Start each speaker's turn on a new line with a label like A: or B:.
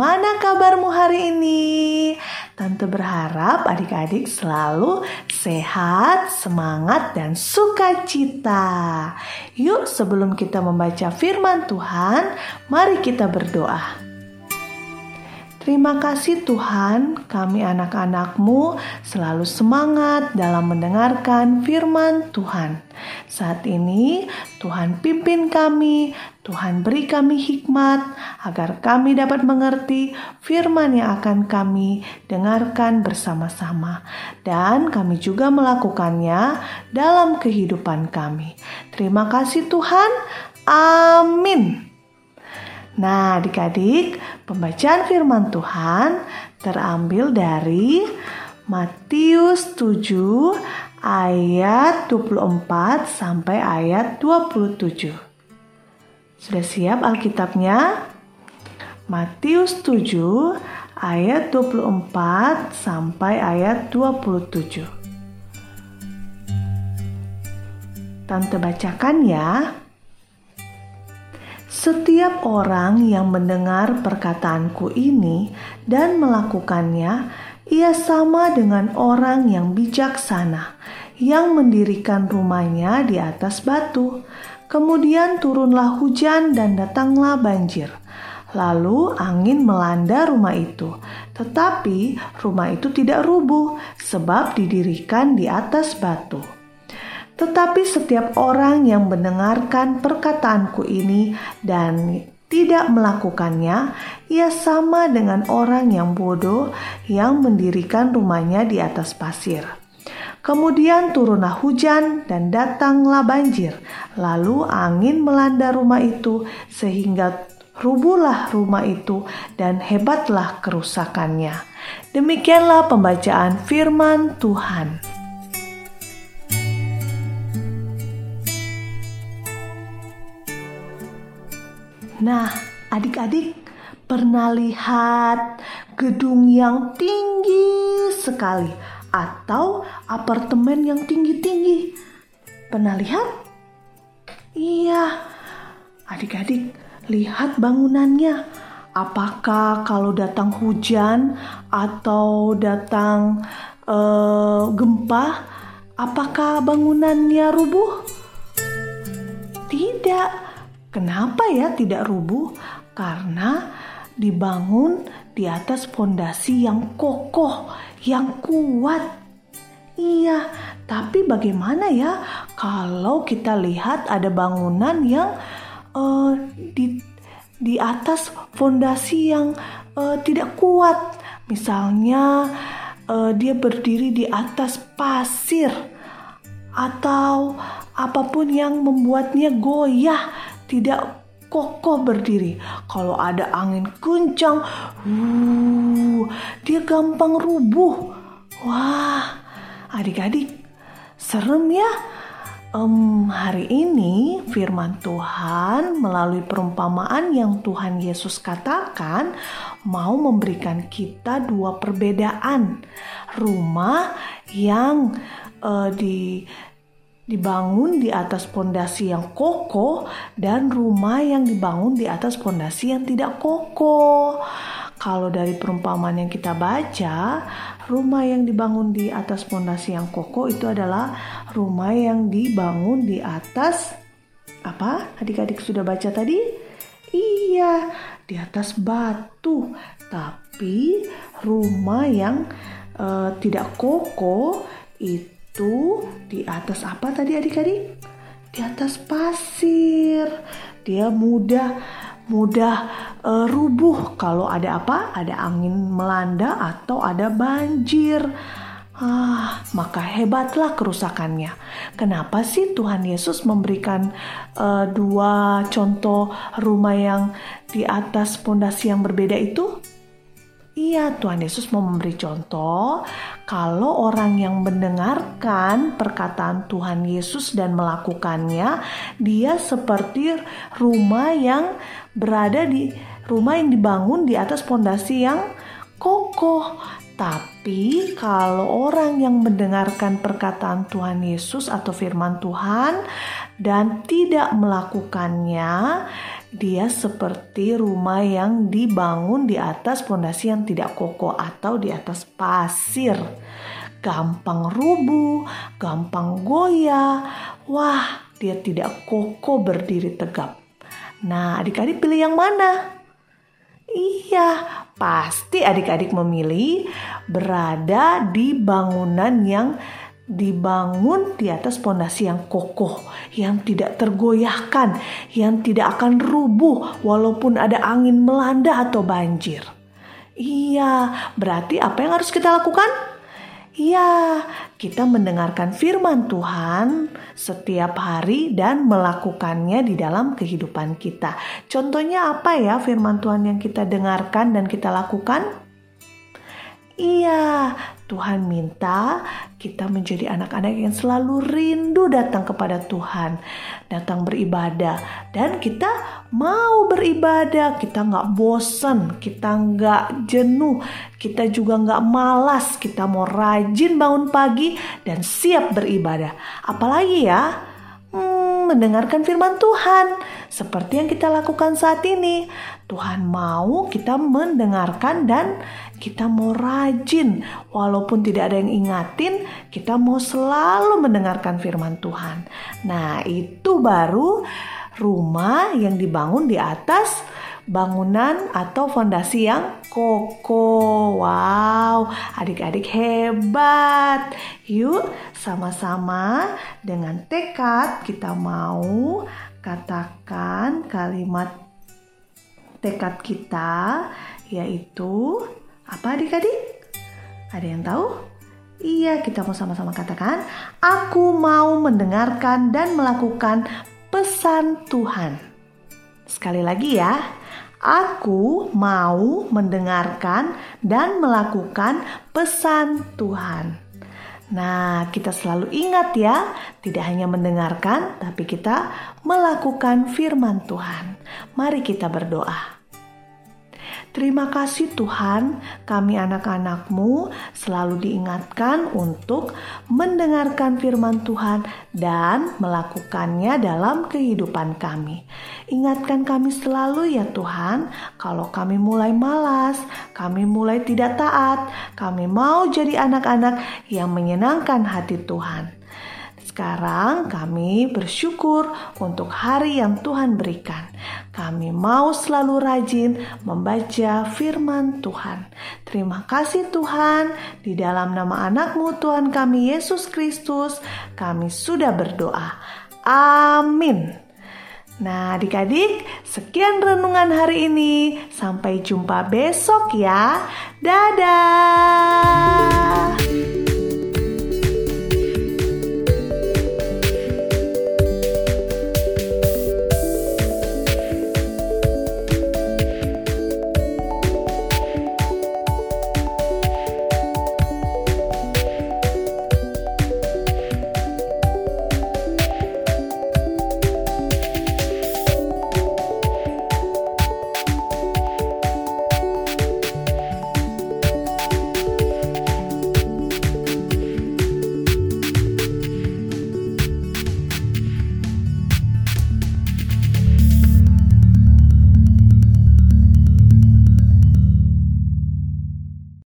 A: Bagaimana kabarmu hari ini? Tante berharap adik-adik selalu sehat, semangat, dan sukacita. Yuk, sebelum kita membaca firman Tuhan, mari kita berdoa. Terima kasih Tuhan, kami anak-anak-Mu selalu semangat dalam mendengarkan firman Tuhan. Saat ini Tuhan pimpin kami, Tuhan beri kami hikmat agar kami dapat mengerti firman yang akan kami dengarkan bersama-sama. Dan kami juga melakukannya dalam kehidupan kami. Terima kasih Tuhan, amin. Nah, adik-adik, pembacaan firman Tuhan terambil dari Matius 7 ayat 24 sampai ayat 27. Sudah siap Alkitabnya? Matius 7 ayat 24 sampai ayat 27. Tante bacakan ya. Setiap orang yang mendengar perkataanku ini dan melakukannya, ia sama dengan orang yang bijaksana, yang mendirikan rumahnya di atas batu. Kemudian turunlah hujan dan datanglah banjir. Lalu angin melanda rumah itu, tetapi rumah itu tidak rubuh sebab didirikan di atas batu. Tetapi setiap orang yang mendengarkan perkataanku ini dan tidak melakukannya, ia sama dengan orang yang bodoh yang mendirikan rumahnya di atas pasir. Kemudian turunlah hujan dan datanglah banjir. Lalu angin melanda rumah itu sehingga rubuhlah rumah itu dan hebatlah kerusakannya. Demikianlah pembacaan firman Tuhan. Nah, adik-adik pernah lihat gedung yang tinggi sekali atau apartemen yang tinggi-tinggi? Pernah lihat? Iya, adik-adik lihat bangunannya. Apakah kalau datang hujan atau datang gempa, apakah bangunannya rubuh? Tidak. Kenapa ya tidak rubuh? Karena dibangun di atas fondasi yang kokoh, yang kuat. Iya, tapi bagaimana ya kalau kita lihat ada bangunan yang di atas fondasi yang tidak kuat? Misalnya dia berdiri di atas pasir atau apapun yang membuatnya goyah, tidak kokoh berdiri. Kalau ada angin kencang, dia gampang rubuh. Wah, adik-adik, serem ya. Hari ini firman Tuhan melalui perumpamaan yang Tuhan Yesus katakan mau memberikan kita dua perbedaan. Rumah yang dibangun di atas pondasi yang kokoh dan rumah yang dibangun di atas pondasi yang tidak kokoh. Kalau dari perumpamaan yang kita baca, rumah yang dibangun di atas pondasi yang kokoh itu adalah rumah yang dibangun di atas apa? Adik-adik sudah baca tadi? Iya, di atas batu. Tapi rumah yang tidak kokoh itu di atas apa tadi adik-adik? Di atas pasir. Dia mudah rubuh kalau ada apa? Ada angin melanda atau ada banjir. Maka hebatlah kerusakannya. Kenapa sih Tuhan Yesus memberikan dua contoh rumah yang di atas pondasi yang berbeda itu? Iya, Tuhan Yesus mau memberi contoh kalau orang yang mendengarkan perkataan Tuhan Yesus dan melakukannya, dia seperti rumah yang dibangun di atas pondasi yang kokoh. Tapi kalau orang yang mendengarkan perkataan Tuhan Yesus atau firman Tuhan dan tidak melakukannya, Dia seperti rumah yang dibangun di atas fondasi yang tidak kokoh atau di atas pasir. Gampang rubuh, gampang goyah. Wah, dia tidak kokoh berdiri tegap. Nah, adik-adik pilih yang mana? Iya, pasti adik-adik memilih berada di bangunan yang dibangun di atas fondasi yang kokoh, yang tidak tergoyahkan, yang tidak akan rubuh walaupun ada angin melanda atau banjir. Iya, berarti apa yang harus kita lakukan? Iya, kita mendengarkan firman Tuhan setiap hari dan melakukannya di dalam kehidupan kita. Contohnya apa ya firman Tuhan yang kita dengarkan dan kita lakukan? Iya, Tuhan minta kita menjadi anak-anak yang selalu rindu datang kepada Tuhan, datang beribadah. Dan kita mau beribadah, kita gak bosan, kita gak jenuh, kita juga gak malas, kita mau rajin bangun pagi dan siap beribadah. Apalagi ya? Mendengarkan firman Tuhan seperti yang kita lakukan saat ini. Tuhan mau kita mendengarkan dan kita mau rajin. Walaupun tidak ada yang ingatin, kita mau selalu mendengarkan firman Tuhan. Nah, itu baru rumah yang dibangun di atas bangunan atau fondasi yang kokoh. Wow, adik-adik hebat. Yuk sama-sama dengan tekad kita mau katakan kalimat tekad kita, yaitu apa adik-adik? Ada yang tahu? Iya, kita mau sama-sama katakan, aku mau mendengarkan dan melakukan pesan Tuhan. Sekali lagi ya, aku mau mendengarkan dan melakukan pesan Tuhan. Nah, kita selalu ingat ya, tidak hanya mendengarkan, tapi kita melakukan firman Tuhan. Mari kita berdoa. Terima kasih Tuhan, kami anak-anak-Mu selalu diingatkan untuk mendengarkan firman Tuhan dan melakukannya dalam kehidupan kami. Ingatkan kami selalu ya Tuhan, kalau kami mulai malas, kami mulai tidak taat, kami mau jadi anak-anak yang menyenangkan hati Tuhan. Sekarang kami bersyukur untuk hari yang Tuhan berikan. Kami mau selalu rajin membaca firman Tuhan. Terima kasih Tuhan, di dalam nama anak-Mu Tuhan kami Yesus Kristus, kami sudah berdoa. Amin. Nah adik-adik, sekian renungan hari ini. Sampai jumpa besok ya. Dadah.